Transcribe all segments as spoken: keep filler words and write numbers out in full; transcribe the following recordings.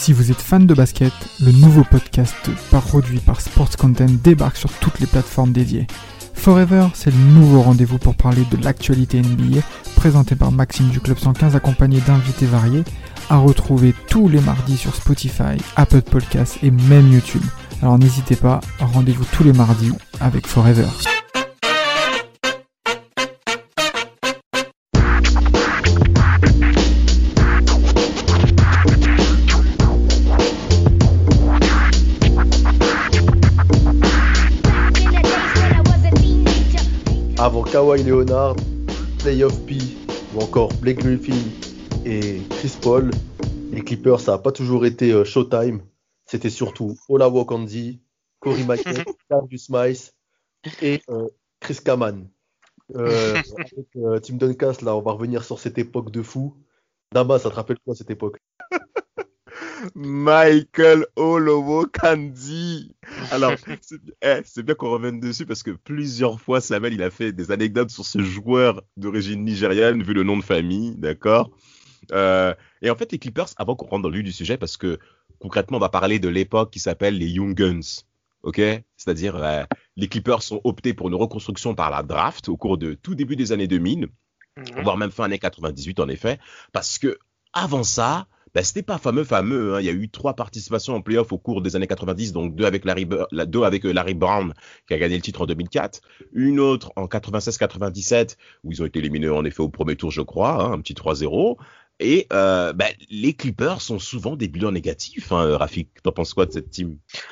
Si vous êtes fan de basket, le nouveau podcast produit par Sports Content débarque sur toutes les plateformes dédiées. Forever, c'est le nouveau rendez-vous pour parler de l'actualité N B A, présenté par Maxime du Club cent quinze accompagné d'invités variés, à retrouver tous les mardis sur Spotify, Apple Podcasts et même YouTube. Alors n'hésitez pas, rendez-vous tous les mardis avec Forever. Avant Kawhi Leonard, Playoff P ou encore Blake Griffin et Chris Paul, les Clippers, ça n'a pas toujours été euh, Showtime. C'était surtout Olajuwon Kandi, Corey Mackey, Darius Miles et euh, Chris Kaman. Euh, avec euh, Tim Duncan, là, on va revenir sur cette époque de fou. Dama, ça te rappelle quoi cette époque? Michael Olowokandi. Alors, c'est, eh, c'est bien qu'on revienne dessus parce que plusieurs fois, Samuel, il a fait des anecdotes sur ce joueur d'origine nigériane, vu le nom de famille, d'accord euh, Et en fait, les Clippers, avant qu'on rentre dans le vif du sujet, parce que concrètement, on va parler de l'époque qui s'appelle les Young Guns, ok C'est-à-dire, euh, les Clippers ont opté pour une reconstruction par la draft au cours de tout début des années deux mille, mmh. voire même fin années quatre-vingt-dix-huit, en effet, parce que avant ça, ben, c'était pas fameux, fameux. Hein. Il y a eu trois participations en play-off au cours des années quatre-vingt-dix, donc deux avec Larry, deux avec Larry Brown, qui a gagné le titre en deux mille quatre. Une autre en quatre-vingt-seize quatre-vingt-dix-sept, où ils ont été éliminés en effet au premier tour, je crois, hein, un petit trois zéro. Et euh, ben, les Clippers sont souvent des bilans négatifs. Hein, Rafik, t'en penses quoi de cette team?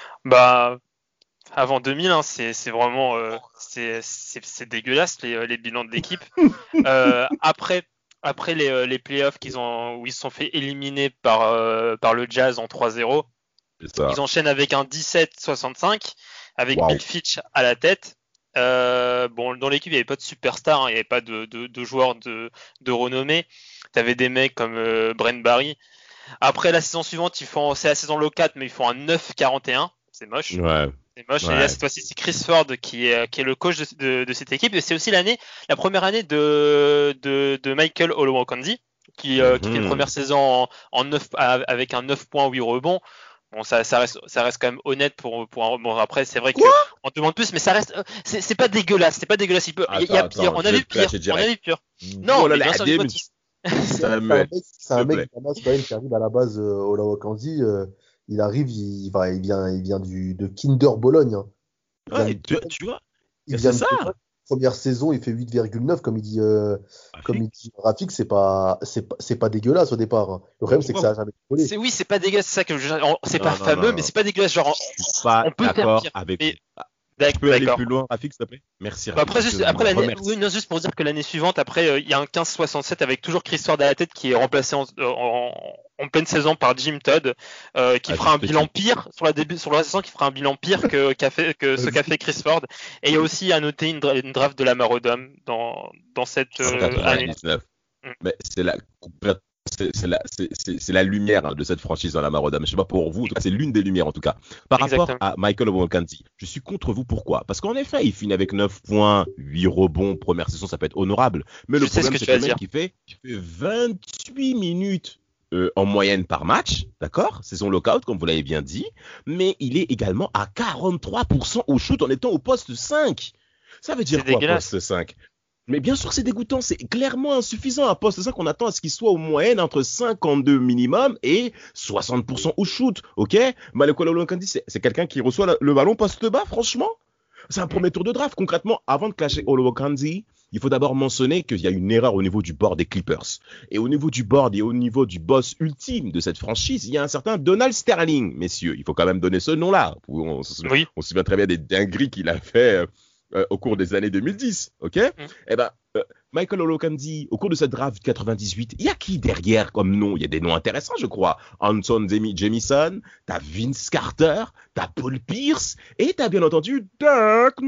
Bah, avant deux mille, hein, c'est, c'est vraiment euh, c'est, c'est, c'est dégueulasse les, les bilans de l'équipe. euh, après. Après les, les playoffs qu'ils ont, où ils se sont fait éliminer par, euh, par le Jazz en trois zéro, ils enchaînent avec un dix-sept soixante-cinq, avec wow. Bill Fitch à la tête. Euh, bon, dans l'équipe, il n'y avait pas de superstar, hein, il n'y avait pas de, de, de joueurs de, de renommée. Tu avais des mecs comme euh, Brent Barry. Après, la saison suivante, ils font, c'est la saison low quatre, mais ils font un neuf quarante et un. C'est moche. Ouais. C'est moche. Ouais. Et là, cette fois-ci, c'est Chris Ford qui est, qui est le coach de, de, de cette équipe. Et c'est aussi l'année, la première année de, de, de Michael Olowokandi, qui, euh, mm-hmm. qui fait une première saison en, en neuf, avec un neuf points, huit rebonds. Bon, ça, ça reste, ça reste quand même honnête pour, pour un, bon, après, c'est vrai qu'on demande plus, mais ça reste, c'est, c'est pas dégueulasse, c'est pas dégueulasse. Il peut, il y a pire, on a vu pire, on a vu pire. Non, oh là, mais bien sûr, c'est un mec, c'est un mec qui arrive à la base, euh, Olowokandi, euh, il arrive, il, il, il vient, il vient du, de Kinder Bologne. Hein. Ouais, vient, tu, tu vois, il vient c'est ça. De, première saison, il fait huit virgule neuf, comme il dit, euh, comme il dit Rafik, c'est pas, c'est pas, c'est pas dégueulasse au départ. Hein. Le problème, c'est que ça a jamais collé. C'est, oui, c'est pas dégueulasse, c'est ça que je, c'est non, pas non, fameux, non, mais c'est pas dégueulasse. Genre, je suis pas on peut d'accord faire pire. Avec. Mais... Tu peux aller plus loin, Rafik, s'il te plaît. Merci. Bah après, juste, après l'année, oui, non, juste pour dire que l'année suivante, après, il euh, y a un quinze soixante-sept avec toujours Chris Ford à la tête qui est remplacé en, en, en pleine saison par Jim Todd, euh, qui ah, fera un bilan pire sur la début, sur la saison, qui fera un bilan pire que, qu'a fait, que ce qu'a fait Chris Ford. Et il y a aussi à noter une, une draft de Lamar Odom dans, dans cette euh, année. Mais c'est la C'est, c'est, la, c'est, c'est, c'est la lumière hein, de cette franchise dans Lamar Odom. Je ne sais pas pour vous, en tout cas, c'est l'une des lumières en tout cas. Par Exactement. rapport à Michael Olowokandi, je suis contre vous. Pourquoi? Parce qu'en effet, il finit avec neuf points, huit rebonds, première saison, ça peut être honorable. Mais je le problème, que c'est que le mec qui fait, qui fait vingt-huit minutes euh, en moyenne par match, d'accord? C'est son lockout, comme vous l'avez bien dit. Mais il est également à quarante-trois pour cent au shoot en étant au poste cinq. Ça veut dire c'est quoi, dégueulasse. Poste cinq? Mais bien sûr, c'est dégoûtant. C'est clairement insuffisant. À poste cinq, on attend à ce qu'il soit au moyenne entre cinquante-deux minimum et soixante pour cent au shoot. OK? Michael Olowokandi, c'est, c'est quelqu'un qui reçoit le, le ballon poste bas, franchement. C'est un premier tour de draft. Concrètement, avant de clasher Olowokandi, il faut d'abord mentionner qu'il y a une erreur au niveau du board des Clippers. Et au niveau du board et au niveau du boss ultime de cette franchise, il y a un certain Donald Sterling, messieurs. Il faut quand même donner ce nom-là. On, on, oui. on se souvient très bien des dingueries qu'il a fait euh, Euh, au cours des années deux mille dix, ok? Mm. Eh ben, euh, Michael Olowokandi, au cours de cette draft quatre-vingt-dix-huit, il y a qui derrière comme nom? Il y a des noms intéressants, je crois. Anton Jamison, t'as Vince Carter, t'as Paul Pierce, et t'as bien entendu Dirk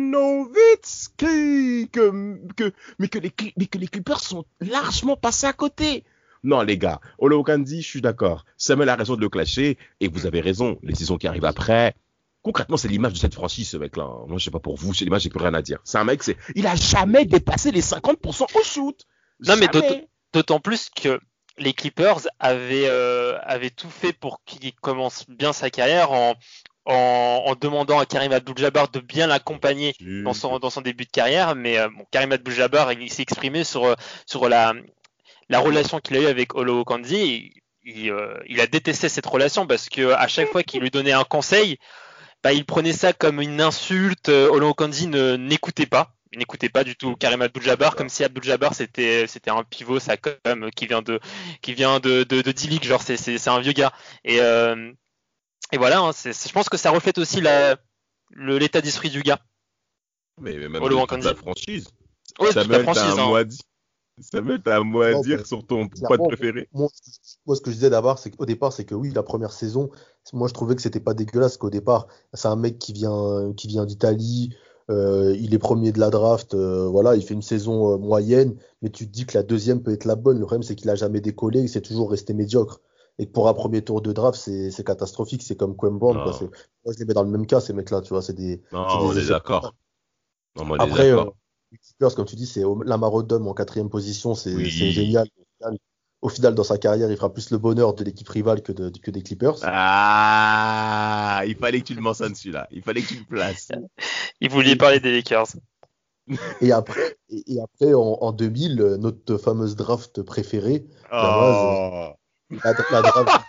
Nowitzki, que, que, mais, que les, mais que les Clippers sont largement passés à côté. Non, les gars, Olowokandi, je suis d'accord. Samuel a raison de le clasher, et vous avez raison, les saisons qui arrivent après. Concrètement, c'est l'image de cette franchise, ce mec-là. Moi, je sais pas pour vous, c'est l'image, j'ai plus rien à dire. C'est un mec, c'est, il a jamais dépassé les cinquante pour cent au shoot. Non, jamais. Mais d'autant, d'autant plus que les Clippers avaient, euh, avaient tout fait pour qu'il commence bien sa carrière en, en, en demandant à Karim Abdul-Jabbar de bien l'accompagner dans son, dans son début de carrière. Mais euh, bon, Karim Abdul-Jabbar, il, il s'est exprimé sur, sur la, la relation qu'il a eue avec Olo Okandi. Il, il, euh, il a détesté cette relation parce que à chaque fois qu'il lui donnait un conseil, bah, il prenait ça comme une insulte. Olo Okandi ne, n'écoutait pas. Il n'écoutait pas du tout Karim Abdul-Jabbar, comme si Abdul-Jabbar c'était c'était un pivot, ça comme qui vient de qui vient de de, de D-League, genre c'est c'est c'est un vieux gars. Et euh, et voilà, hein, c'est, c'est, je pense que ça reflète aussi la le l'état d'esprit du gars. Mais, mais même Olo toute la franchise. Oui, Samuel, toute la franchise. t'as un hein. mot à dire. Samuel, t'as un mot à Non, dire mais sur ton clairement, pote préféré. Moi, moi, ce que je disais d'abord, c'est qu'au départ, c'est que oui, la première saison, moi, je trouvais que c'était pas dégueulasse. Qu'au départ, c'est un mec qui vient, qui vient d'Italie, euh, il est premier de la draft, euh, voilà, il fait une saison euh, moyenne, mais tu te dis que la deuxième peut être la bonne. Le problème, c'est qu'il a jamais décollé, il s'est toujours resté médiocre. Et que pour un premier tour de draft, c'est, c'est catastrophique. C'est comme Quem Brown, quoi. Non, C'est, moi, je les mets dans le même cas, ces mecs-là, tu vois. C'est des, non, c'est on des est essais. d'accord. Non, mais on est Après, euh, d'accord. les Clippers, comme tu dis, c'est Lamar Odom en quatrième position, c'est, c'est Oui. génial. Au final, au final, dans sa carrière, il fera plus le bonheur de l'équipe rivale que, de, que des Clippers. Ah, il fallait que tu le mentionnes celui-là. Il fallait que tu le places. Il voulait parler des Lakers. Et après, et, et après en, en deux mille, euh, notre fameuse draft préférée, Jamaz, euh, Oh. la, la draft,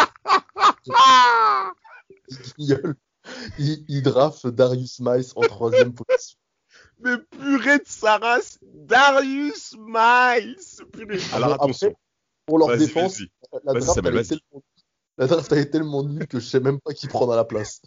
il, il, il draft Darius Miles en troisième position. Mais purée de sa race, Darius Miles. Purée. Alors Bon, attention. après, pour leur Vas-y, défense, vas-y. la Vas-y, draft, Samuel, elle est vas-y. tellement, la draft elle est tellement nulle que je sais même pas qui prendre à la place.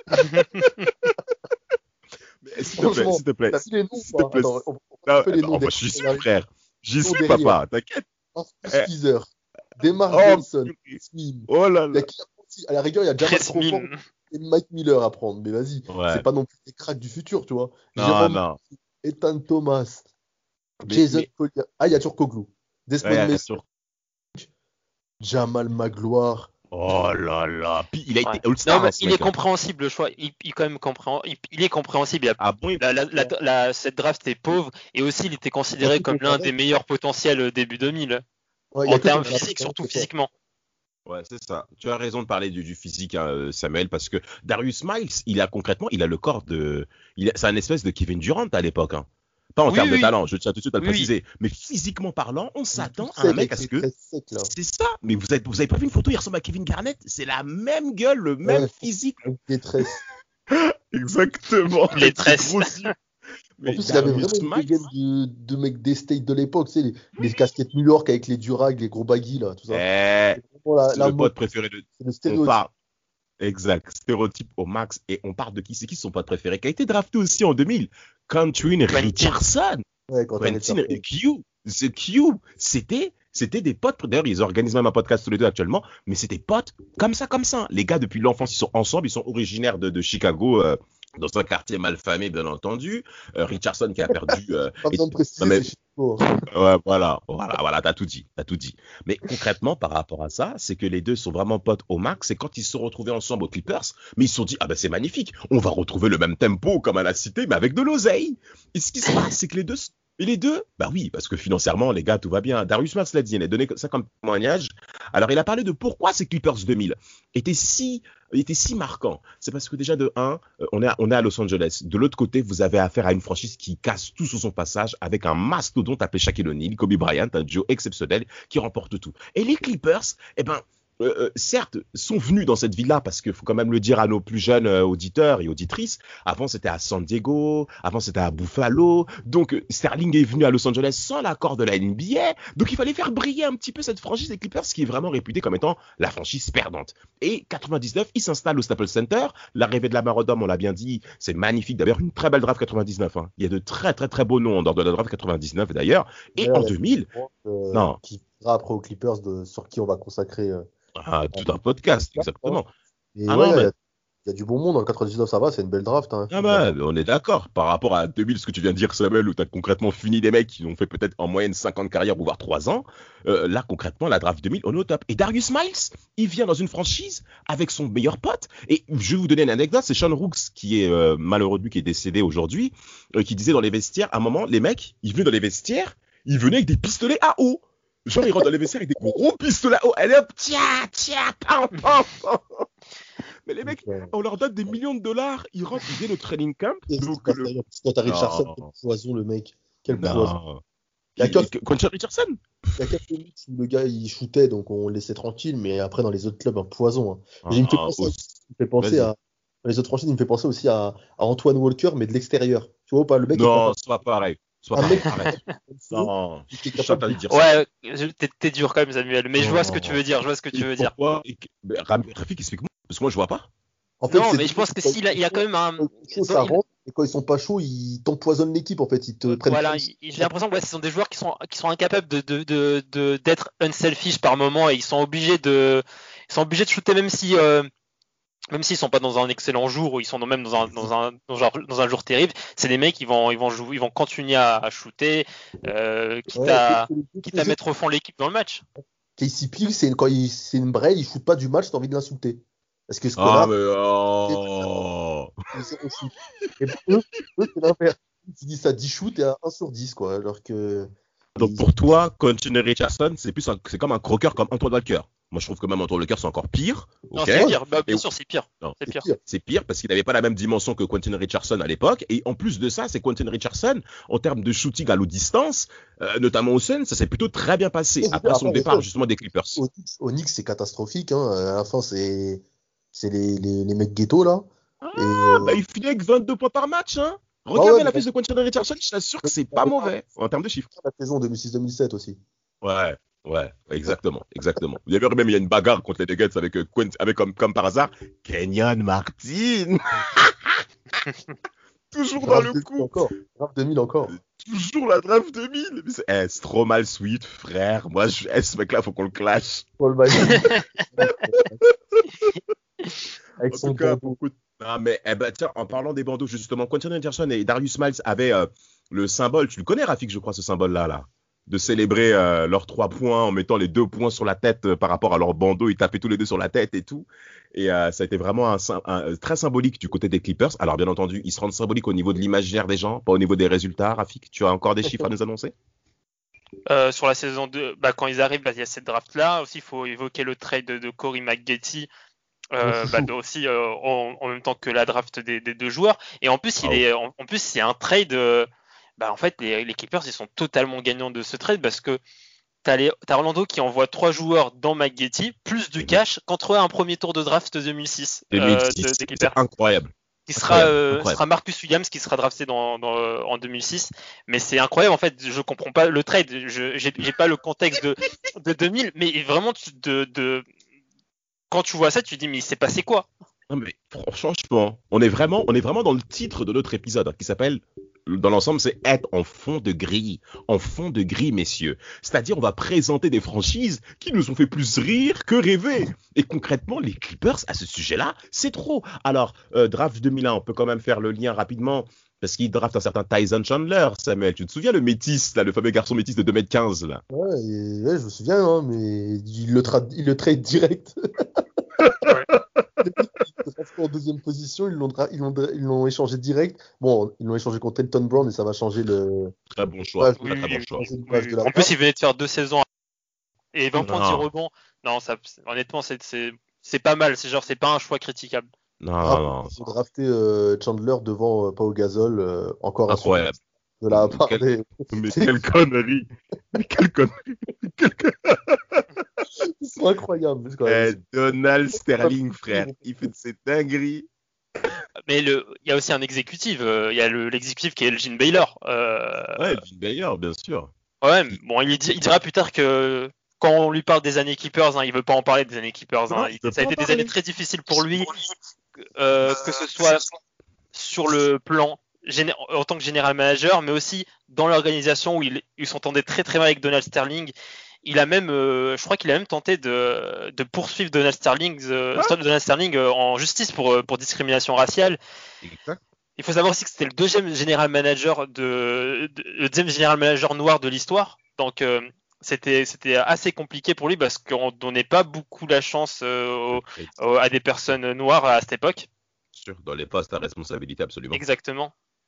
Mais S'il te plaît, Franchement, s'il te plaît. t'as vu les noms S'il ou te pas? plaît. Attends, on, on Non, rappelle les attends, noms moi, des je suis sûr, derrière. frère. J'y Sont suis, derrière. papa. T'inquiète. Marcus Eh. Skeezer, Demar Oh, Johnson, purée. Smim. Oh là Il y a là. qui à la rigueur, il y a Jamal Chris Crawford Min. et Mike Miller à prendre. Mais vas-y, Ouais. c'est pas non plus les cracks du futur, tu vois. Non, Jérôme, non. Ethan Thomas, Mais, Jason mais, Collier. Ah, il y a toujours Koglou. Desmond ouais, Messi, sur- Jamal Magloire. Oh là là. Puis il a Ouais. été All-Star, Non, mais hein, ce il est mec. hein. compréhensible le choix. Il, il, quand même comprend, il, il est compréhensible. Il y a- Ah bon, il- la, la, la, la- cette draft est pauvre et aussi il était considéré Surtout comme qu'on l'un savait. des meilleurs potentiels euh, début deux mille. Ouais, il y a En que termes contre la physiques, tête, hein, surtout c'est fort. physiquement. Ouais, c'est ça. Tu as raison de parler du, du physique, hein, euh, Samuel, parce que Darius Miles, il a concrètement, il a le corps de, il a- c'est un espèce de Kevin Durant à l'époque, hein. Pas en Oui, termes de oui. talent, je tiens tout de suite à le Oui, oui. préciser, mais physiquement parlant, on Il est s'attend tout à un sec mec avec à ce ses que, tresses secs, là. c'est ça. Mais vous avez, vous avez pas vu une photo, il ressemble à Kevin Garnett, c'est la même gueule, le même Ouais. physique. Avec des tresses. Exactement. Les tresses. Gros yeux. En Mais plus, il avait Darius vraiment une Miles, dégaine de, de mec des States de l'époque, tu sais, les, les casquettes New York avec les durags, les gros baggy, là, tout ça. eh, C'est vraiment la, c'est la le mode, pote préféré de, c'est le on stéréotype. parle. Exact, stéréotype au max, et on parle de qui c'est qui son pote préféré, qui a été drafté aussi en deux mille, Quentin Quentin. Richardson. Ouais, quand t'as Quentin Richardson. Q, The Q, c'était, c'était des potes. D'ailleurs, ils organisent même un podcast tous les deux actuellement, mais c'était potes comme ça, comme ça. Les gars, depuis l'enfance, ils sont ensemble, ils sont originaires de, de Chicago, euh, dans un quartier malfamé, bien entendu. Euh, Richardson qui a perdu. Euh, Pas et- besoin de préciser, Non, mais- c'est Chicago, hein. Ouais, voilà, voilà, voilà, t'as tout dit, t'as tout dit. Mais concrètement, par rapport à ça, c'est que les deux sont vraiment potes au max. Et quand ils se sont retrouvés ensemble aux Clippers, mais ils se sont dit, ah ben c'est magnifique, on va retrouver le même tempo comme à la cité, mais avec de l'oseille. Et ce qui se passe, c'est que les deux, et les deux, bah oui, parce que financièrement, les gars, tout va bien. Darius Miles l'a dit, il a donné ça comme témoignage. Alors, il a parlé de pourquoi ces Clippers deux mille étaient si, étaient si marquants. C'est parce que déjà, de un, euh, on est à, on est à Los Angeles. De l'autre côté, vous avez affaire à une franchise qui casse tout sur son passage avec un mastodonte appelé Shaquille O'Neal, Kobe Bryant, un duo exceptionnel qui remporte tout. Et les Clippers, eh ben, euh, euh, certes, sont venus dans cette ville-là parce qu'il faut quand même le dire à nos plus jeunes euh, auditeurs et auditrices. Avant, c'était à San Diego, avant, c'était à Buffalo. Donc, euh, Sterling est venu à Los Angeles sans l'accord de la N B A. Donc, il fallait faire briller un petit peu cette franchise des Clippers qui est vraiment réputée comme étant la franchise perdante. Et quatre-vingt-dix-neuf, il s'installe au Staples Center. L'arrivée de Lamar Odom, on l'a bien dit, c'est magnifique. D'ailleurs, une très belle draft quatre-vingt-dix-neuf. Hein. Il y a de très, très, très beaux noms en dehors de la draft quatre-vingt-dix-neuf d'ailleurs. Et D'ailleurs, en il y a deux mille, euh, non. qui viendra après aux Clippers de, sur qui on va consacrer. euh, ah, tout un podcast, exactement. Et Ah ouais, non, il mais- y, a- il y a du bon monde en quatre-vingt-dix-neuf, ça va, c'est une belle draft. Hein. Ah bah, on est d'accord. Par rapport à deux mille, ce que tu viens de dire, Samuel, où tu as concrètement fini des mecs qui ont fait peut-être en moyenne cinquante carrières ou voire trois ans, euh, là, concrètement, la draft deux mille, on est au top. Et Darius Miles, il vient dans une franchise avec son meilleur pote. Et je vais vous donner une anecdote, c'est Sean Rooks, qui est euh, malheureux lui, qui est décédé aujourd'hui, euh, qui disait dans les vestiaires, à un moment, les mecs, ils venaient dans les vestiaires, ils venaient avec des pistolets à eau. Genre, ils rentrent dans les vestiaires avec des gros pistolets. Oh, allez hop, tiens, tiens, pam, pam, pam. Mais les mecs, on leur donne des millions de dollars, ils rentrent, ils viennent au training camp. Et Donc, quand le... quand t'as Richardson, Non. quel poison le mec. Quel Non. poison. Il y a Il- quelques, il- Quentin Richardson. il y a quelques minutes où le gars il shootait, donc on le laissait tranquille, mais après dans les autres clubs, un poison. Hein. Ah, il me fait ah, penser, aussi. il me fait penser Vas-y. à. Dans les autres franchises, il me fait penser aussi à, à Antoine Walker, mais de l'extérieur. Tu vois ou pas, le mec Non, est c'est pas pareil. C'est pas Un pareil, mec- arrête. Non, qui est je capable t'entends de- dire ça. Ouais, je- t'es, t'es dur quand même, Samuel. Mais je vois ce que Non. tu veux dire. Je vois ce que tu Et veux dire. pourquoi et que- mais Ram- Rafik, explique-moi. Parce que moi, je vois pas. En fait, Non, c'est mais des je pense mecs que qui, s'il a, il a quand même un. quand ils sont chauds, dans- ça il- rentre, et quand ils sont pas chauds, ils t'empoisonnent l'équipe. En fait, ils te prennent. Voilà, plein de- il- j'ai l'impression que ouais, ce sont des joueurs qui sont, qui sont incapables de, de, de, de- d'être unselfish par moment et ils sont obligés de, ils sont obligés de shooter même si, euh, même s'ils sont pas dans un excellent jour ou ils sont même dans un, dans un, dans un, dans un jour terrible. C'est des mecs qui vont, ils vont jouer, ils vont continuer à, à shooter, euh, quitte Ouais, à, c'est- c'est- quitte à c'est- mettre au fond l'équipe dans le match. K C P, c'est quand il, c'est une braille, il shoot pas du match, t'as envie de l'insulter. Parce que ce Ah, connard, mais oh. il est zéro shoot. Et eux, eux, c'est l'inverse. Tu dis ça dix shoots et à un sur dix, quoi. Alors que. Donc pour toi, Quentin Richardson, c'est plus un- c'est comme un croqueur comme Antoine Walker. Moi, je trouve que même Antoine Walker, c'est encore pire. Non, Ok. c'est pire. Bah, bien Et- sûr, c'est pire. Non, C'est C'est pire. pire. c'est pire parce qu'il n'avait pas la même dimension que Quentin Richardson à l'époque. Et en plus de ça, c'est Quentin Richardson, en termes de shooting à l'eau distance, euh, notamment au Suns, ça s'est plutôt très bien passé. Oui, Après son après, départ oui. justement des Clippers. Au Knicks, au Knicks, c'est catastrophique. Hein. À la fin, c'est c'est les, les, les mecs ghetto, là. Et, euh, Bah, il finit avec vingt-deux points par match. Hein. Ah Regardez ouais, la mais- fiche de Quentin Richardson, je t'assure que c'est pas mauvais en termes de chiffres. la saison deux mille six deux mille sept aussi. Ouais, ouais, exactement, exactement. Il y avait même il y a une bagarre contre les Nuggets avec, euh, Quent- avec comme, comme par hasard, Kenyon Martin. Toujours dans Draft le deux mille coup. encore. Draft deux mille encore. Toujours la draft deux mille. Mais c'est, eh, c'est trop mal sweet, frère. Moi, je, eh, ce mec-là, faut qu'on le clash. Paul Maggi. Avec En son tout cas, bandeau. beaucoup de- Ah, mais eh ben, tiens, en parlant des bandeaux, justement, Quentin Richardson et Darius Miles avaient euh, le symbole, tu le connais, Rafik, je crois, ce symbole-là, là, de célébrer euh, leurs trois points en mettant les deux points sur la tête euh, par rapport à leur bandeau. Ils tapaient tous les deux sur la tête et tout. Et euh, ça a été vraiment un, sym- un- très symbolique du côté des Clippers. Alors, bien entendu, ils se rendent symboliques au niveau de l'imaginaire des gens, pas au niveau des résultats. Rafik, tu as encore des chiffres à nous annoncer? Euh, sur la saison deux, bah, quand ils arrivent, bah, il y a cette draft-là. Aussi, il faut évoquer le trade de, de Corey McGetty, euh, bah, de- aussi euh, en, en même temps que la draft des, des deux joueurs. Et en plus, il Ah est, en, en plus, c'est un trade. euh, bah, en fait, les, les Clippers, ils sont totalement gagnants de ce trade parce que t'as, les, t'as Orlando qui envoie trois joueurs dans McGetty plus du Mhm. cash contre un premier tour de draft deux mille six, euh, deux mille six, de- des c'est Clippers. incroyable. Qui sera, Incroyable, euh, incroyable. sera Marcus Williams qui sera drafté dans, dans, euh, en deux mille six. Mais c'est incroyable, en fait, je comprends pas le trade. Je, j'ai, j'ai pas le contexte de, de deux mille, mais vraiment, tu, de, de, quand tu vois ça, tu te dis, mais il s'est passé quoi? Non, mais franchement, on est vraiment, on est vraiment dans le titre de notre épisode hein, qui s'appelle, dans l'ensemble, c'est être en fond de grille, en fond de grille, messieurs. C'est-à-dire, on va présenter des franchises qui nous ont fait plus rire que rêver. Et concrètement, les Clippers, à ce sujet-là, c'est trop. Alors, euh, draft deux mille un, on peut quand même faire le lien rapidement. Parce qu'ils draftent un certain Tyson Chandler, Samuel. Tu te souviens, le métis, là, le fameux garçon métis de deux mètres quinze, là? Ouais, et- ouais, je me souviens, hein, mais il le, tra- il le trade direct. En deuxième position, ils l'ont, dra- ils, l'ont, dra- ils l'ont échangé direct. Bon, ils l'ont échangé contre Elton Brown et ça va changer le. Très bon choix, Ouais, très, oui, très bon oui, choix. changer l'image Oui, de la en plus, il venait de faire deux saisons et vingt points de Non. rebond. Non, ça, honnêtement, c'est, c'est, c'est pas mal. C'est genre, c'est pas un choix critiquable. Non, Ah, non, non. ils ont drafté euh, Chandler devant euh, Pau Gasol, euh, encore un Incroyable. succès de la part Quel- des. Mais C'est- quelle connerie! Mais quelle connerie! Quelle connerie. Ils sont incroyables. quand Eh, même. Donald Sterling, frère, il fait de ses dingueries. Mais le, il y a aussi un exécutif. euh, Il y a le, l'exécutif qui est Elgin Baylor. Euh, Ouais, Jim Baylor, bien sûr. Ouais, mais bon, il, dit- il dira plus tard que quand on lui parle des années Keepers, hein, il veut pas en parler des années Keepers. Non, Hein. il veut Ça a pas été en des années parler. très difficiles pour lui, euh, que ce soit sur le plan géné- en tant que général manager, mais aussi dans l'organisation où il, il s'entendait très très mal avec Donald Sterling. Il a même, euh, je crois qu'il a même tenté de, de poursuivre Donald Sterling, euh, Ah. stop Donald Sterling euh, en justice pour, euh, pour discrimination raciale. Exact. Il faut savoir aussi que c'était le deuxième général manager de, de- le deuxième général manager noir de l'histoire. Donc euh, c'était c'était assez compliqué pour lui parce qu'on donnait pas beaucoup la chance euh, aux- aux- à des personnes noires à cette époque. Sûr, dans les postes à responsabilité, absolument. Exactement.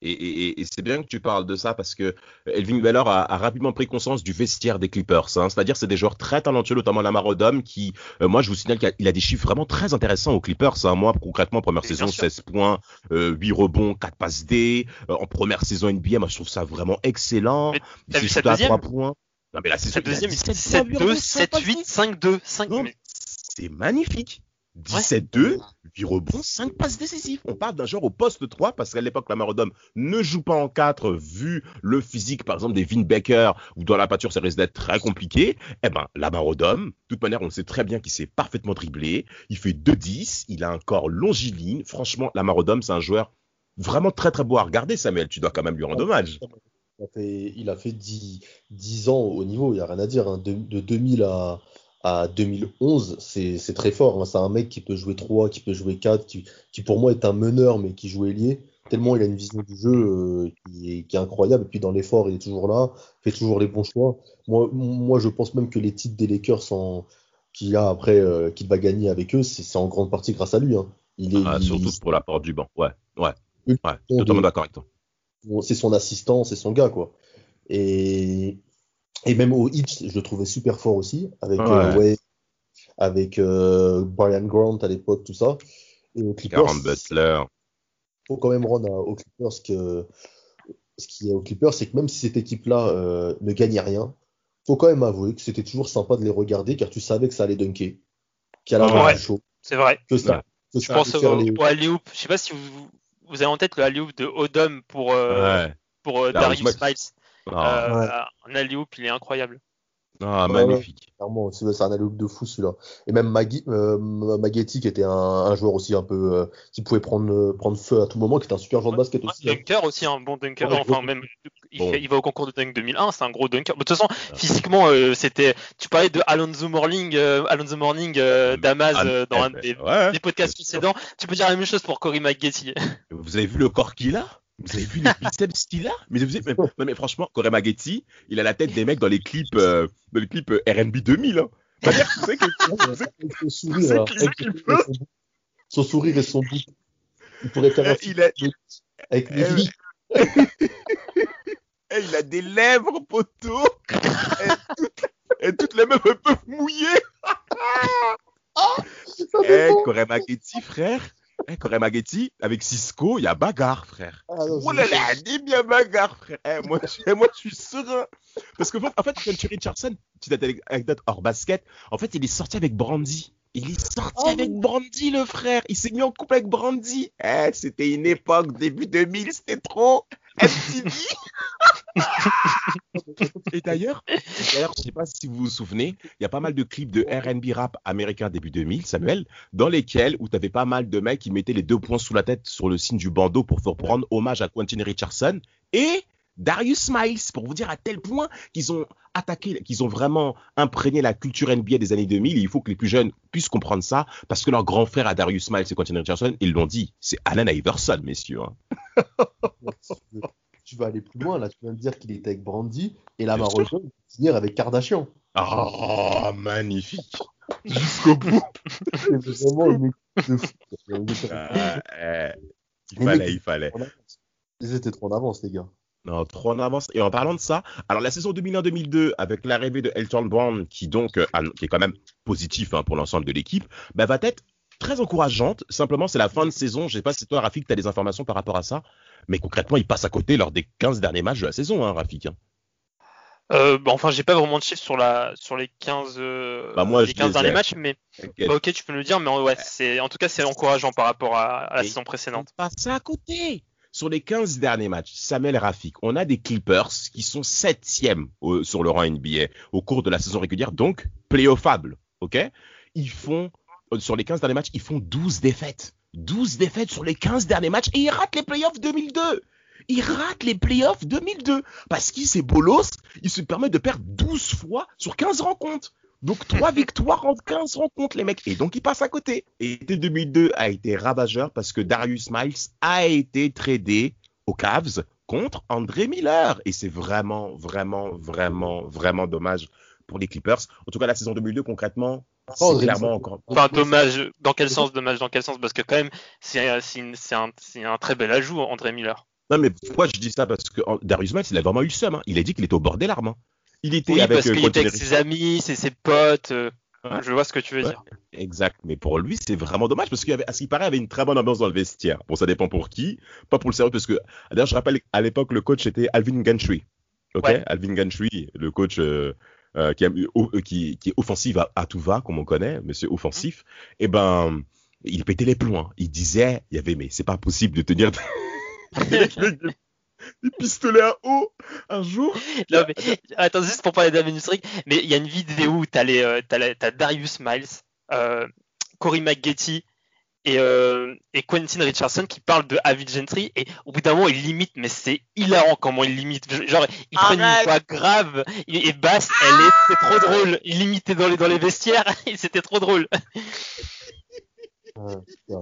Et, et, et c'est bien que tu parles de ça parce que Elvin Baylor a, a rapidement pris conscience du vestiaire des Clippers. Hein. C'est-à-dire c'est des joueurs très talentueux, notamment Lamar Odom, qui, euh, moi je vous signale qu'il a, il a des chiffres vraiment très intéressants aux Clippers. Hein. Moi concrètement, première Mais saison, bien sûr. seize points, euh, huit rebonds, quatre passes D. Euh, en première saison N B A, moi je trouve ça vraiment excellent. Mais Il t'as s'est vu sa shooté à deuxième trois points. Non mais la saison, Sa il a deuxième, dix-sept sept points, huit deux, rebonds, cinq sept passes huit, D. cinq deux, cinq. Non, Mais... c'est magnifique. dix-sept deux, huit rebonds, cinq passes décisives. On parle d'un joueur au poste trois parce qu'à l'époque, Lamar Odom ne joue pas en quatre vu le physique, par exemple, des Vin Baker où dans la pâture, ça risque d'être très compliqué. Eh ben, Lamar Odom, de toute manière, on sait très bien qu'il s'est parfaitement dribblé. Il fait deux dix, il a un corps longiligne. Franchement, Lamar Odom, c'est un joueur vraiment très très beau à regarder, Samuel. Tu dois quand même lui rendre hommage. Il a fait, il a fait dix, dix ans au niveau, il n'y a rien à dire. Hein. De, de deux mille à, à deux mille onze, c'est c'est très fort. Hein. C'est un mec qui peut jouer trois, qui peut jouer quatre, qui, qui pour moi est un meneur, mais qui joue ailier. Tellement il a une vision du jeu euh, qui est, qui est incroyable. Et puis dans l'effort, il est toujours là, fait toujours les bons choix. Moi, moi je pense même que les titres des Lakers en- qu'il a après, euh, qu'il va gagner avec eux, c'est c'est en grande partie grâce à lui. Hein. Il est, Ah, il- surtout pour la porte du banc. Ouais, ouais, il- ouais. Totalement d'accord avec toi. c'est son assistant, c'est son gars, quoi. Et, et même au Heat, je le trouvais super fort aussi, avec euh, Ouais. Wade, avec euh, Brian Grant à l'époque, tout ça. Et aux Clippers, Caron il Butler. faut quand même rendre à- aux Clippers que ce qui est aux Clippers, c'est que même si cette équipe-là euh, ne gagnait rien, faut quand même avouer que c'était toujours sympa de les regarder, car tu savais que ça allait dunker, qu'il allait avoir Ouais. du show, C'est vrai. que ça, Ouais. que Je ça pense allait faire au, les... au alley-oop. Je sais pas si vous, vous avez en tête le alley-oop de Odom pour, euh, Ouais. pour euh, Darius Darius Miles. Miles. Ah, Euh, Ouais. Un alley-oop, il est incroyable. ah, Ouais, ouais, magnifique. clairement, c'est c'est un alley-oop de fou celui-là. Et même Magui, euh, Maggietti, qui était un, un joueur aussi un peu euh, qui pouvait prendre, euh, prendre feu à tout moment, qui était un super joueur de basket Un aussi. Hein. dunker aussi, un bon dunker. Ouais, Enfin, gros. même, il, Bon. fait, il va au concours de dunk deux mille un, c'est un gros dunker. De toute façon, Ah. physiquement, euh, c'était. Tu parlais de Alonzo Morning, euh, Alonzo Morning, euh, Ah, mais- Damas, ah, mais- euh, dans eh un ben, des, ouais, des podcasts bien sûr. précédents. Tu peux dire la même chose pour Corey Maggietti. Vous avez vu le corps qu'il a? Vous avez vu les biceps qu'il a? Mais, vous avez- mais- non, mais franchement, Corey Maggietti, il a la tête des mecs dans les clips, euh, dans les clips euh, R and B deux mille. Hein. C'est-à-dire, tu sais que, tu sais- Avec son tu sourire, sais là, qu'il- avec qu'il son, peut. son, son sourire et son bout. Il pourrait faire un Eh, film il a, avec eh, Lily. eh, il a des lèvres, poteau. Et toutes, et toutes les meufs peuvent mouiller. Ça Eh, dépend. Corey Maggietti, frère. Eh, Corey Maggietti, avec Cisco, il y a bagarre, frère. Ah, non, Oh c'est- là là, dis bien bagarre, frère. Eh, moi, je, moi, je suis serein. Parce qu'en fait, en fait, Country Richardson, petite anecdote hors basket, en fait, il est sorti avec Brandy. Il est sorti Ah, avec oui. Brandy, le frère. Il s'est mis en couple avec Brandy. Eh, c'était une époque, début deux mille, c'était trop. M T V. Et d'ailleurs, d'ailleurs, je sais pas si vous vous souvenez, il y a pas mal de clips de R and B rap américain début deux mille, Samuel, dans lesquels où tu avais pas mal de mecs qui mettaient les deux poings sous la tête sur le signe du bandeau pour faire rendre hommage à Quentin Richardson et Darius Miles, pour vous dire à tel point qu'ils ont attaqué, qu'ils ont vraiment imprégné la culture N B A des années deux mille. Et il faut que les plus jeunes puissent comprendre ça, parce que leur grand frère à Darius Miles et Quentin Richardson, ils l'ont dit, c'est Allen Iverson, messieurs. Hein. Tu veux- Tu vas aller plus loin, là. Tu viens de dire qu'il était avec Brandy et la Bien sûr. Marocaine finir avec Kardashian. Oh, magnifique. Jusqu'au bout. C'est vraiment une équipe de fou. Ah, eh, il Les fallait, mecs, il fallait. Ils étaient trop en avance, les gars. Non, trop en avance. Et en parlant de ça, alors la saison deux mille un deux mille deux, avec l'arrivée de Elton Brand, qui donc, euh, an- qui est quand même positif hein, pour l'ensemble de l'équipe, bah, va être très encourageante. Simplement, c'est la fin de saison. Je sais pas si toi, Rafik, tu as des informations par rapport à ça. Mais concrètement, il passe à côté lors des quinze derniers matchs de la saison, hein, Rafik. Hein. Euh, bah, enfin, j'ai pas vraiment de chiffres sur la sur les quinze euh, Bah, moi, les je quinze les derniers ai. matchs, mais T'inquiète. bah, ok, tu peux me le dire, mais ouais, c'est en tout cas c'est encourageant par rapport à, à la Et- saison précédente. Il passe à côté. Sur les quinze derniers matchs, Samuel et Rafik, on a des Clippers qui sont septièmes au- sur le rang N B A au cours de la saison régulière, donc playoffable, ok? Ils font, euh, sur les quinze derniers matchs, ils font douze défaites. douze défaites sur les quinze derniers matchs et ils ratent les playoffs deux mille deux. Ils ratent les playoffs deux mille deux parce qu'il s'est bolos, il se permet de perdre douze fois sur quinze rencontres. Donc trois victoires en quinze rencontres, les mecs. Et donc ils passent à côté. Et l'été deux mille deux a été ravageur parce que Darius Miles a été tradé aux Cavs contre André Miller. Et c'est vraiment, vraiment, vraiment, vraiment dommage pour les Clippers. En tout cas, la saison deux mille deux, concrètement, c'est André clairement Miller. encore... Enfin, dommage. Dans quel sens, dommage dans quel sens? Parce que quand même, c'est c'est une- c'est un, c'est un très bel ajout, André Miller. Non, mais pourquoi je dis ça? Parce que en- Darius Miles, il a vraiment eu le seum. Hein. Il a dit qu'il était au bord des larmes. Hein. Il était Oui, avec parce euh, qu'il était Quentin avec ses amis, ses, ses potes. euh, Ouais, Je vois ce que tu veux ouais, dire. exact. Mais pour lui, c'est vraiment dommage parce qu'il y avait, à ce qui paraît, il y avait une très bonne ambiance dans le vestiaire. Bon, ça dépend pour qui, pas pour le sérieux, parce que d'ailleurs, je rappelle à l'époque, le coach était Alvin Gentry. Ok, Ouais. Alvin Gentry, le coach euh, euh, qui, a- euh, qui, qui est offensif à, à tout va, comme on connaît, monsieur offensif. Et ben, il pétait les plombs. Hein. Il disait, il y avait, mais c'est pas possible de tenir des, des- des pistolets à eau un jour. Il y Non, a- mais attends, juste pour parler d'Avenue Street, mais il y a une vidéo où t'as les, euh, t'as, la- t'as Darius Miles, euh, Corey McGetty et, euh, et Quentin Richardson qui parlent de Avid Gentry et au bout d'un moment ils limitent, mais c'est hilarant comment ils limitent. Genre ils prennent une Arrête! voix grave et, et basse, elle est, c'est trop drôle. Ils limitaient dans les dans les vestiaires et c'était trop drôle. Ouais, ouais.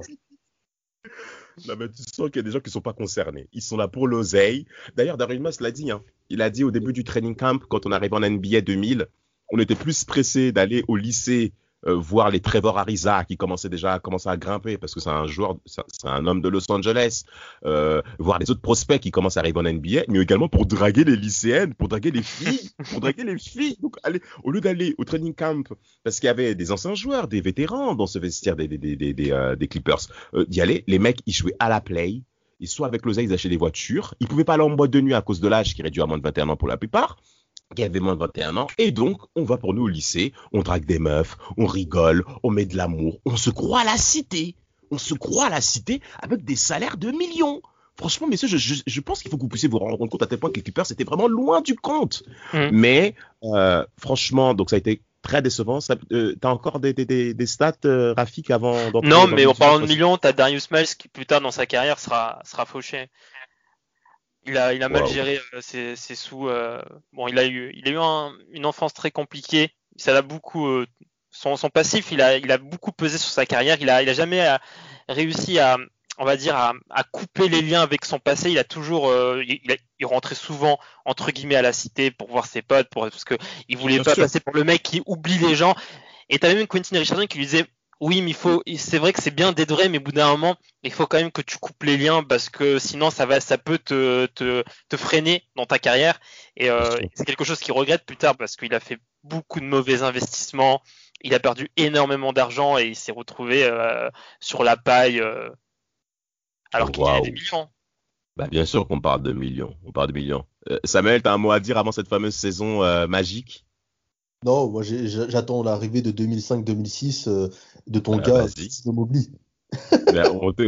Non, mais tu sens qu'il y a des gens qui sont pas concernés. Ils sont là pour l'oseille. D'ailleurs, Darren Moss l'a dit. Hein. Il a dit au début du training camp, quand on arrivait en N B A deux mille, on était plus pressé d'aller au lycée euh, voir les Trevor Ariza qui commençaient déjà à commencer à grimper parce que c'est un joueur, c'est c'est un homme de Los Angeles, euh, voir les autres prospects qui commencent à arriver en N B A, mais également pour draguer les lycéennes, pour draguer les filles, pour draguer les filles. Donc, allez, au lieu d'aller au training camp, parce qu'il y avait des anciens joueurs, des vétérans dans ce vestiaire des, des, des, des, des, euh, des Clippers, euh, d'y aller, les mecs, ils jouaient à la play. Ils soit avec l'oseille, ils achetaient des voitures. Ils pouvaient pas aller en boîte de nuit à cause de l'âge qui est réduit à moins de vingt et un ans pour la plupart. Il y avait moins de vingt et un ans. Et donc, on va pour nous au lycée, on drague des meufs, on rigole, on met de l'amour, on se croit à la cité. On se croit à la cité avec des salaires de millions. Franchement, messieurs, je, je, je pense qu'il faut que vous puissiez vous rendre compte à tel point que les Clippers, c'était vraiment loin du compte. Mm. Mais, euh, franchement, donc ça a été très décevant. Ça, euh, t'as encore des, des, des, des stats, euh, Rafik, avant d'entrer Non, dans mais le en vif du parlant de sujet? millions, t'as Darius Miles qui plus tard dans sa carrière sera sera fauché. Il a, il a mal Waouh. géré euh, ses, ses sous. euh, Bon, il a eu, il a eu un- une enfance très compliquée. Ça l'a beaucoup. euh, son, son passif, il a, il a beaucoup pesé sur sa carrière. Il a, il a jamais euh, réussi à, on va dire, à, à couper les liens avec son passé. Il a toujours, euh, il, il a- il rentrait souvent entre guillemets à la cité pour voir ses potes, pour, parce que il voulait Bien pas sûr. passer pour le mec qui oublie les gens. Et t'avais même Quentin Richardson qui lui disait, oui, mais il faut, c'est vrai que c'est bien d'être vrai, mais au bout d'un moment, il faut quand même que tu coupes les liens parce que sinon ça va, ça peut te, te, te freiner dans ta carrière. Et euh, c'est quelque chose qu'il regrette plus tard parce qu'il a fait beaucoup de mauvais investissements. Il a perdu énormément d'argent et il s'est retrouvé euh, sur la paille euh, alors qu'il gagnait des Waouh. millions. Bah, bien sûr qu'on parle de millions. On parle de millions. Euh, Samuel, t'as un mot à dire avant cette fameuse saison euh, magique? Non, moi j'ai- j'ai- j'attends l'arrivée de deux mille cinq deux mille six euh, de ton Ah, gars, vas-y. Sino Mobley. Ben, on t'é-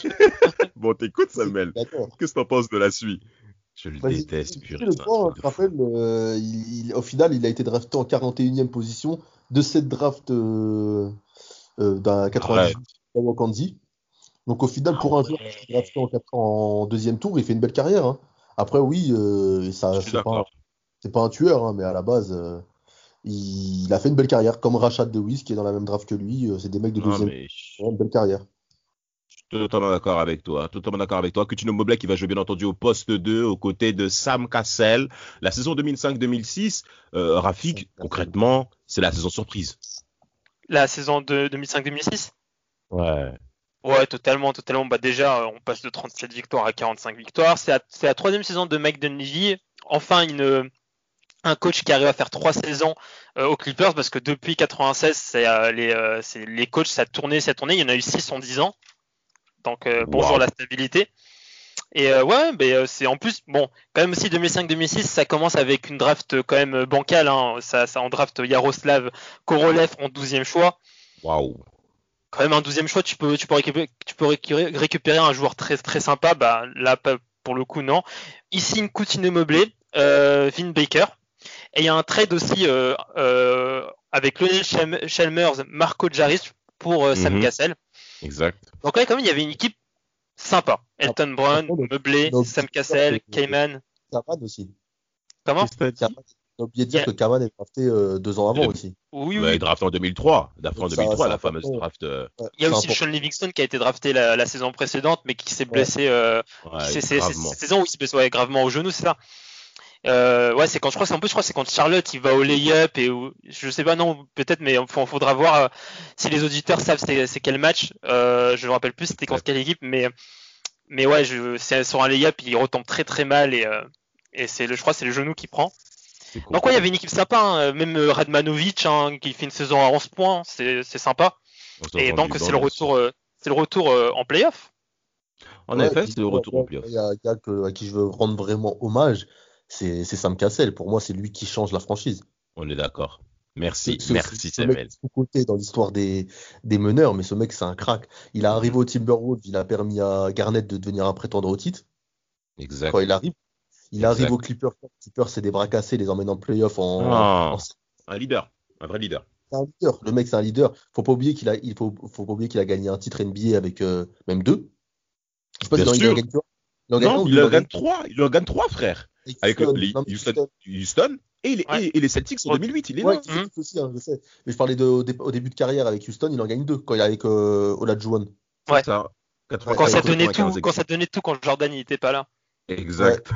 bon, t'écoutes, C'est Samuel. J'adore. Qu'est-ce que t'en penses de la suite? Je le Vas-y, déteste, tu pur sais et le simple. point, Un tu te fou. rappelles, euh, il, il- au final, il a été drafté en quarante et unième position de cette draft euh, euh, d'un Arrête. quatre-vingt-dix-huit à Wakandi. Donc au final, Ah pour un joueur qui est ouais. drafté en, quatre- en deuxième tour, il fait une belle carrière. Hein. Après, oui, euh, Je ça, suis c'est pas, d'accord. c'est pas un tueur, hein, mais à la base, euh, il, il a fait une belle carrière, comme Rashad Lewis qui est dans la même draft que lui. euh, c'est des mecs de Non, deuxième mais tour, je une belle carrière. suis totalement d'accord avec toi. Totalement d'accord avec toi. Coutinho Mobley qui va jouer bien entendu au poste deux aux côtés de Sam Cassell. La saison deux mille cinq deux mille six, euh, Ça, Rafik, ça, c'est- concrètement, c'est la saison surprise. La saison de deux mille cinq deux mille six. Ouais. Ouais, totalement, totalement. Bah déjà, euh, on passe de trente-sept victoires à quarante-cinq victoires. C'est la, c'est la troisième saison de Mike Dunleavy. Enfin, une, un coach qui arrive à faire trois saisons euh, aux Clippers parce que depuis quatre-vingt-seize, c'est, euh, les, euh, c'est les coachs, ça a tourné, ça a tourné. Il y en a eu six en dix ans. Donc euh, bonjour Waouh. la stabilité. Et euh, ouais, mais euh, c'est en plus, bon, quand même aussi deux mille cinq deux mille six, ça commence avec une draft euh, quand même euh, bancale. Hein. Ça, ça en draft Yaroslav Korolev en douzième choix. Waouh. Quand même un douzième choix, tu peux, tu peux récupérer, tu peux récupérer, récupérer un joueur très, très sympa. Bah là, pas, pour le coup, non. Ici, une Coutinho Mobley, euh, Vin Baker. Et il y a un trade aussi euh, euh, avec Lionel Chalmers, Marco Jarvis pour euh, Sam Mhm. Cassell. Exact. Donc là, quand même, il y avait une équipe sympa. Elton Brown, Après, on a Mobley, on a oublié Sam de dire Cassell, que Cayman. Kaman aussi. Comment? Qu'est-ce que t'as dit? Kaman- On a oublié de Il y dire a- que Kaman est drafté euh, deux ans avant Le- aussi. Oui, Ouais, oui. draft en deux mille trois. Draft en Donc ça, deux mille trois, c'est la fameuse important. draft. euh, Ouais, Il y a c'est aussi important. Sean Livingston qui a été drafté la, la saison précédente, mais qui s'est Ouais. blessé. Euh, Ouais, c'est, c'est, c'est gravement. cette saison où il se blesse ouais, gravement au genou, c'est ça. Euh, ouais, c'est quand je crois, c'est en plus, je crois, que c'est quand Charlotte il va au lay-up et où, je sais pas, non, peut-être, mais il faudra voir euh, si les auditeurs savent c'est, c'est quel match. Euh, je me rappelle plus c'était contre Exact. quelle équipe, mais mais ouais, je, c'est sur un lay-up, il retombe très très mal et, euh, et c'est le, je crois que c'est le genou qui prend. Donc ouais, il y avait une équipe sympa, hein. Même Radmanovic hein, qui fait une saison à onze points, c'est, c'est sympa. Et donc c'est le retour, euh, c'est le retour euh, en play-off. En Ouais, effet, puis, c'est le retour en play-off. il y a un gars que- à qui je veux rendre vraiment hommage, c'est c'est Sam Cassell. Pour moi, c'est lui qui change la franchise. On est d'accord. Ce, Merci, ce- ce- merci ce mec Samuel. est sous-coté dans l'histoire des, des meneurs, mais ce mec, c'est un crack. Il est arrivé au Timberwolves, il a permis à Garnett de devenir un prétendant au titre. Exact. Quand il arrive, il Exact. arrive aux Clippers. Les Clippers, c'est des bras cassés, les emmènent en playoff en, Ah, en- un leader, un vrai leader. C'est un leader. Le mec, c'est un leader. Faut pas oublier qu'il a, il faut, faut pas oublier qu'il a gagné un titre N B A avec euh, même deux. Je sais pas Bien s'il en- il en sûr. gagne quoi. Il en gagne un Non, ou il deux, en en gagne gagne trois. Il en gagne trois, frère. Avec Houston. les Non, mais Houston, Houston. Houston et, les, Ouais. et, et les Celtics en deux mille huit. Il est Ouais, là. qui fait aussi, hein, je sais. Mais je parlais de, au, dé- au début de carrière avec Houston, il en gagne deux quand il est avec euh, Olajuwon. C'est Ouais. ça. Ouais, Quand ouais, ça ouais, donnait tout, quatre-vingt-quinze, quand ça donnait tout, quand Jordan il était pas là. Exact.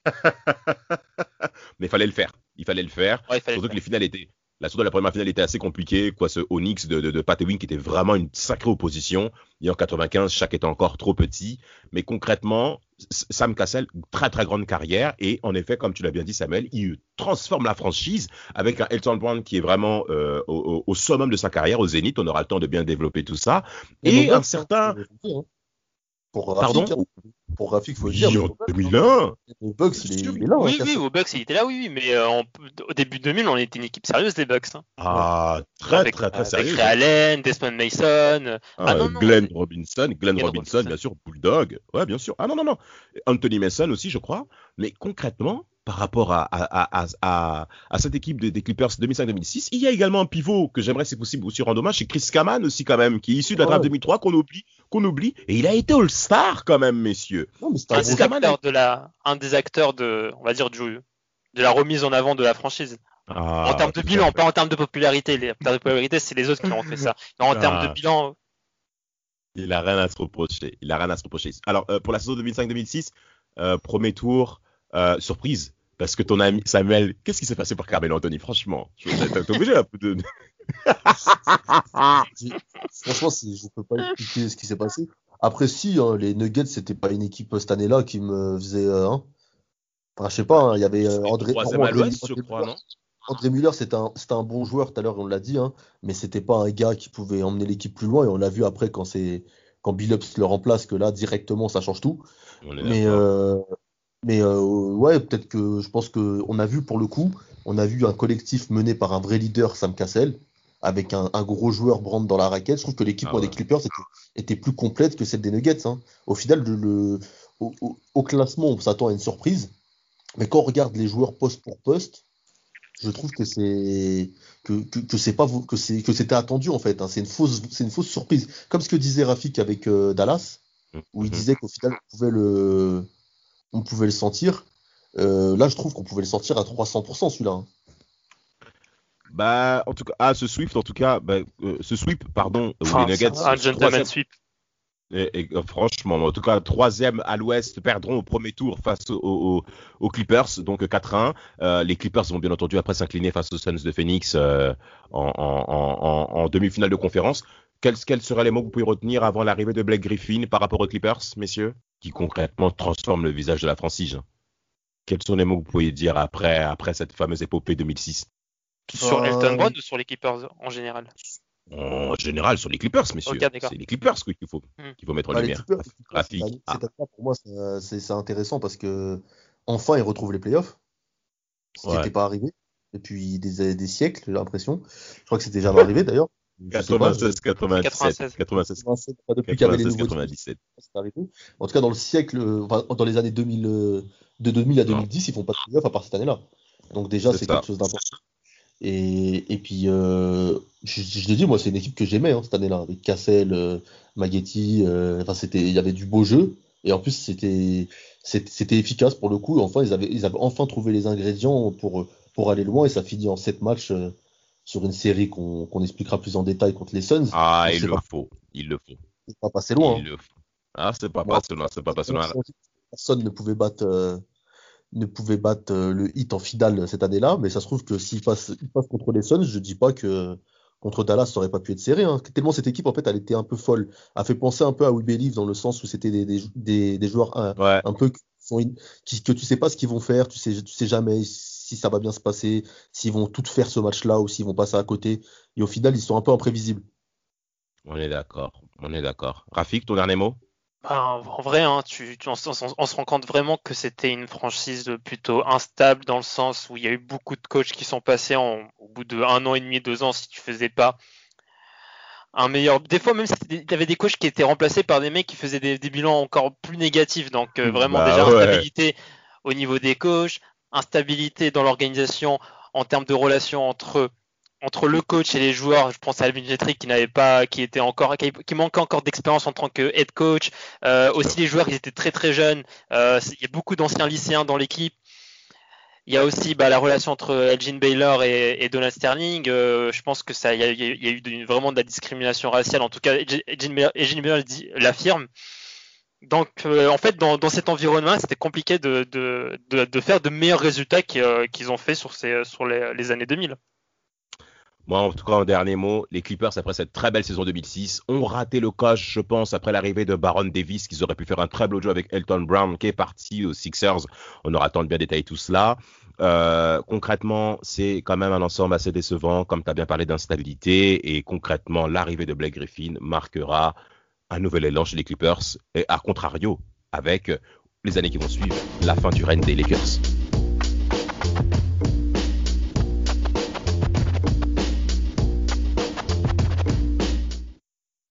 Mais il fallait le faire. Il fallait le faire. Ouais, il fallait Surtout le que les finales étaient. La surtout la première finale était assez compliquée. Quoi, ce Onyx de, de, de Pat Ewing qui était vraiment une sacrée opposition. Et en quatre-vingt-quinze, chaque était encore trop petit. Mais concrètement, S- Sam Cassell, très très grande carrière. Et en effet, comme tu l'as bien dit, Samuel, il transforme la franchise avec un Elton Brand qui est vraiment euh, au, au- au summum de sa carrière, au zénith. On aura le temps de bien développer tout ça. Mais Et Mo un Bucks, certain. hein, hein. Pour Pardon Rafik, hein. Pour Rafik, faut le Oui, dire. en Mo Bucks, deux mille un. hein. Mo Bucks, il est, Sûr. il est là. Oui, hein, oui, Cassell. au Bucks il était là, oui, oui, mais euh, en- au début deux mille, on était une équipe sérieuse des Bucks. Hein. Ah, très Avec, très très avec sérieux. Ray Allen, Desmond Mason. Ah, Ah, non, non. Glenn Robinson, Glenn Glenn Robinson, Robinson. bien sûr, Bulldog, ouais, bien sûr. Ah non, non, non. Anthony Mason aussi, je crois. Mais concrètement, par rapport à, à, à, à, à cette équipe des, des Clippers deux mille cinq deux mille six, il y a également un pivot que j'aimerais, si possible, aussi rendre hommage, c'est Chris Kaman aussi, quand même, qui est issu de la draft Ouais. deux mille trois, qu'on oublie, qu'on oublie. Et il a été All-Star, quand même, messieurs. Non, mais c'est un Un Chris bon des Kaman acteurs de la, un des acteurs de, on va dire, du, de la remise en avant de la franchise. Ah, En termes de tout à bilan, fait. pas en termes de popularité. Les, en termes de popularité, c'est les autres qui ont fait ça. Mais en termes de Ah. bilan, Il a rien à se reprocher. Il a rien à se reprocher. Alors, euh, pour la saison deux mille cinq deux mille six, euh, premier tour, euh, surprise. Parce que ton ami Samuel, qu'est-ce qui s'est passé pour Carmelo Anthony? Franchement, je- t'es t'es obligé un peu de. J'ai- Franchement, c'est- je peux pas expliquer ce qui s'est passé. Après, si, hein, les Nuggets, c'était pas une équipe euh, cette année-là qui me faisait. euh, hein. Enfin, je sais pas, hein, il y avait euh, André. Troisième vraiment, à André, l'ouest, je André crois, Miller. non? André Miller, c'était un, c'était un bon joueur, tout à l'heure, on l'a dit, hein, mais c'était pas un gars qui pouvait emmener l'équipe plus loin. Et on l'a vu après quand c'est quand Billups le remplace, que là, directement, ça change tout. On est Mais, d'accord. euh, mais euh, ouais, peut-être que je pense que on a vu pour le coup, on a vu un collectif mené par un vrai leader, Sam Cassell, avec un, un gros joueur Brand dans la raquette. Je trouve que l'équipe Ah moi, des ouais. Clippers était, était plus complète que celle des Nuggets. Hein. Au final, le, le- au, au- au classement, on s'attend à une surprise, mais quand on regarde les joueurs poste pour poste, je trouve que c'est que, que, que c'est pas vo- que c'est que c'était attendu en fait. Hein. C'est une fausse c'est une fausse surprise. Comme ce que disait Rafik avec euh, Dallas, où il Mhm. disait qu'au final on pouvait le on pouvait le sentir. Euh, là, je trouve qu'on pouvait le sentir à trois cents pour cent celui-là. Hein. Bah, en tout cas, ah, ce Swift, en tout cas, bah, euh, ce sweep, pardon, où enfin, les c'est Nuggets, un gentleman troisième, sweep. et, et, euh, franchement, en tout cas, troisième à l'ouest, perdront au premier tour face aux, aux, aux Clippers, donc quatre un. Euh, les Clippers vont bien entendu après s'incliner face aux Suns de Phoenix euh, en, en, en, en demi-finale de conférence. Quels, quels seraient les mots que vous pouvez retenir avant l'arrivée de Blake Griffin par rapport aux Clippers, messieurs, qui concrètement transforment le visage de la franchise? Quels sont les mots que vous pouvez dire après, après cette fameuse épopée deux mille six? Sur Euh, Elton Brand ou sur les Clippers en général? En général, sur les Clippers, messieurs. Ok, d'accord. C'est les Clippers qu'il faut, Hmm. qu'il faut mettre en bah, les lumière. Clippers, les Clippers, Rafik. cette année- Ah, cette année-là, pour moi, c'est- c'est c'est intéressant parce que enfin, ils retrouvent les playoffs, ce qui ouais. n'était pas arrivé depuis des, des siècles, j'ai l'impression. Je crois que c'était jamais arrivé d'ailleurs. Je sais pas. quatre-vingt-seize quatre-vingt-dix-sept. quatre-vingt-seize quatre-vingt-sept, pas depuis qu'il y avait les nouveaux titres, quatre-vingt-dix-sept. c'est arrivé. En tout cas, dans le siècle, euh, enfin, dans les années deux mille, euh, de deux mille à Non, deux mille dix, ils font pas de playoffs à part cette année-là. Donc déjà, c'est c'est ça. quelque chose d'important. Et, et puis, euh, je, je l'ai dit, moi, c'est une équipe que j'aimais hein, cette année-là, avec Cassel, euh, Maggetti. euh, Enfin, c'était, il y avait du beau jeu. Et en plus, c'était, c'était, c'était efficace pour le coup. Et enfin, ils avaient, ils avaient enfin trouvé les ingrédients pour, pour aller loin. Et ça finit en sept matchs euh, sur une série qu'on qu'on expliquera plus en détail contre les Suns. Ah, Donc, il c'est le pas, faut. Il le faut. c'est pas passé loin. Il Hein. le faut. Ah, c'est pas Bon, passé loin. C'est pas passé loin. personne ne pouvait battre, euh, ne pouvait battre euh, le hit en finale cette année-là, mais ça se trouve que s'il passe, il passe contre les Suns, je dis pas que contre Dallas, ça aurait pas pu être serré. Hein. Tellement cette équipe, en fait, elle était un peu folle. Elle fait penser un peu à We Believe dans le sens où c'était des, des, des, des joueurs un, Ouais. un peu qui sont in- qui, que tu sais pas ce qu'ils vont faire, tu sais, tu sais jamais si ça va bien se passer, s'ils vont tout faire ce match-là ou s'ils vont passer à côté. Et au final, ils sont un peu imprévisibles. On est d'accord. On est d'accord. Rafik, ton dernier mot? Ben, en vrai, hein, tu, tu- on, s- on- on se rend compte vraiment que c'était une franchise plutôt instable dans le sens où il y a eu beaucoup de coachs qui sont passés en, au bout de un an et demi, deux ans, si tu faisais pas un meilleur. Des fois, même si il y avait des coachs qui étaient remplacés par des mecs qui faisaient des, des bilans encore plus négatifs. Donc, euh, vraiment, Bah déjà, ouais. instabilité au niveau des coachs, instabilité dans l'organisation en termes de relations entre, entre le coach et les joueurs. Je pense à Alvin Gentry qui n'avait pas, qui était encore, qui, qui manquait encore d'expérience en tant que head coach. Euh, aussi, les joueurs, ils étaient très très jeunes. Euh, il y a beaucoup d'anciens lycéens dans l'équipe. Il y a aussi bah, la relation entre Elgin Baylor et, et Donald Sterling. Euh, je pense que ça, il y a, il y a eu de, vraiment de la discrimination raciale. En tout cas, Elgin Baylor, Elgin Baylor dit- l'affirme. Donc, euh, en fait, dans, dans cet environnement, c'était compliqué de, de, de, de faire de meilleurs résultats qu'ils euh, qu'ils ont fait sur, ces, sur les, les années deux mille. Moi, en tout cas, en dernier mot, les Clippers, après cette très belle saison deux mille six, ont raté le coche, je pense, après l'arrivée de Baron Davis, qu'ils auraient pu faire un très beau jeu avec Elton Brown, qui est parti aux Sixers. On aura le temps de bien détailler tout cela. Euh, concrètement, c'est quand même un ensemble assez décevant, comme tu as bien parlé d'instabilité. Et concrètement, l'arrivée de Blake Griffin marquera un nouvel élan chez les Clippers. Et à contrario, avec les années qui vont suivre, la fin du règne des Lakers.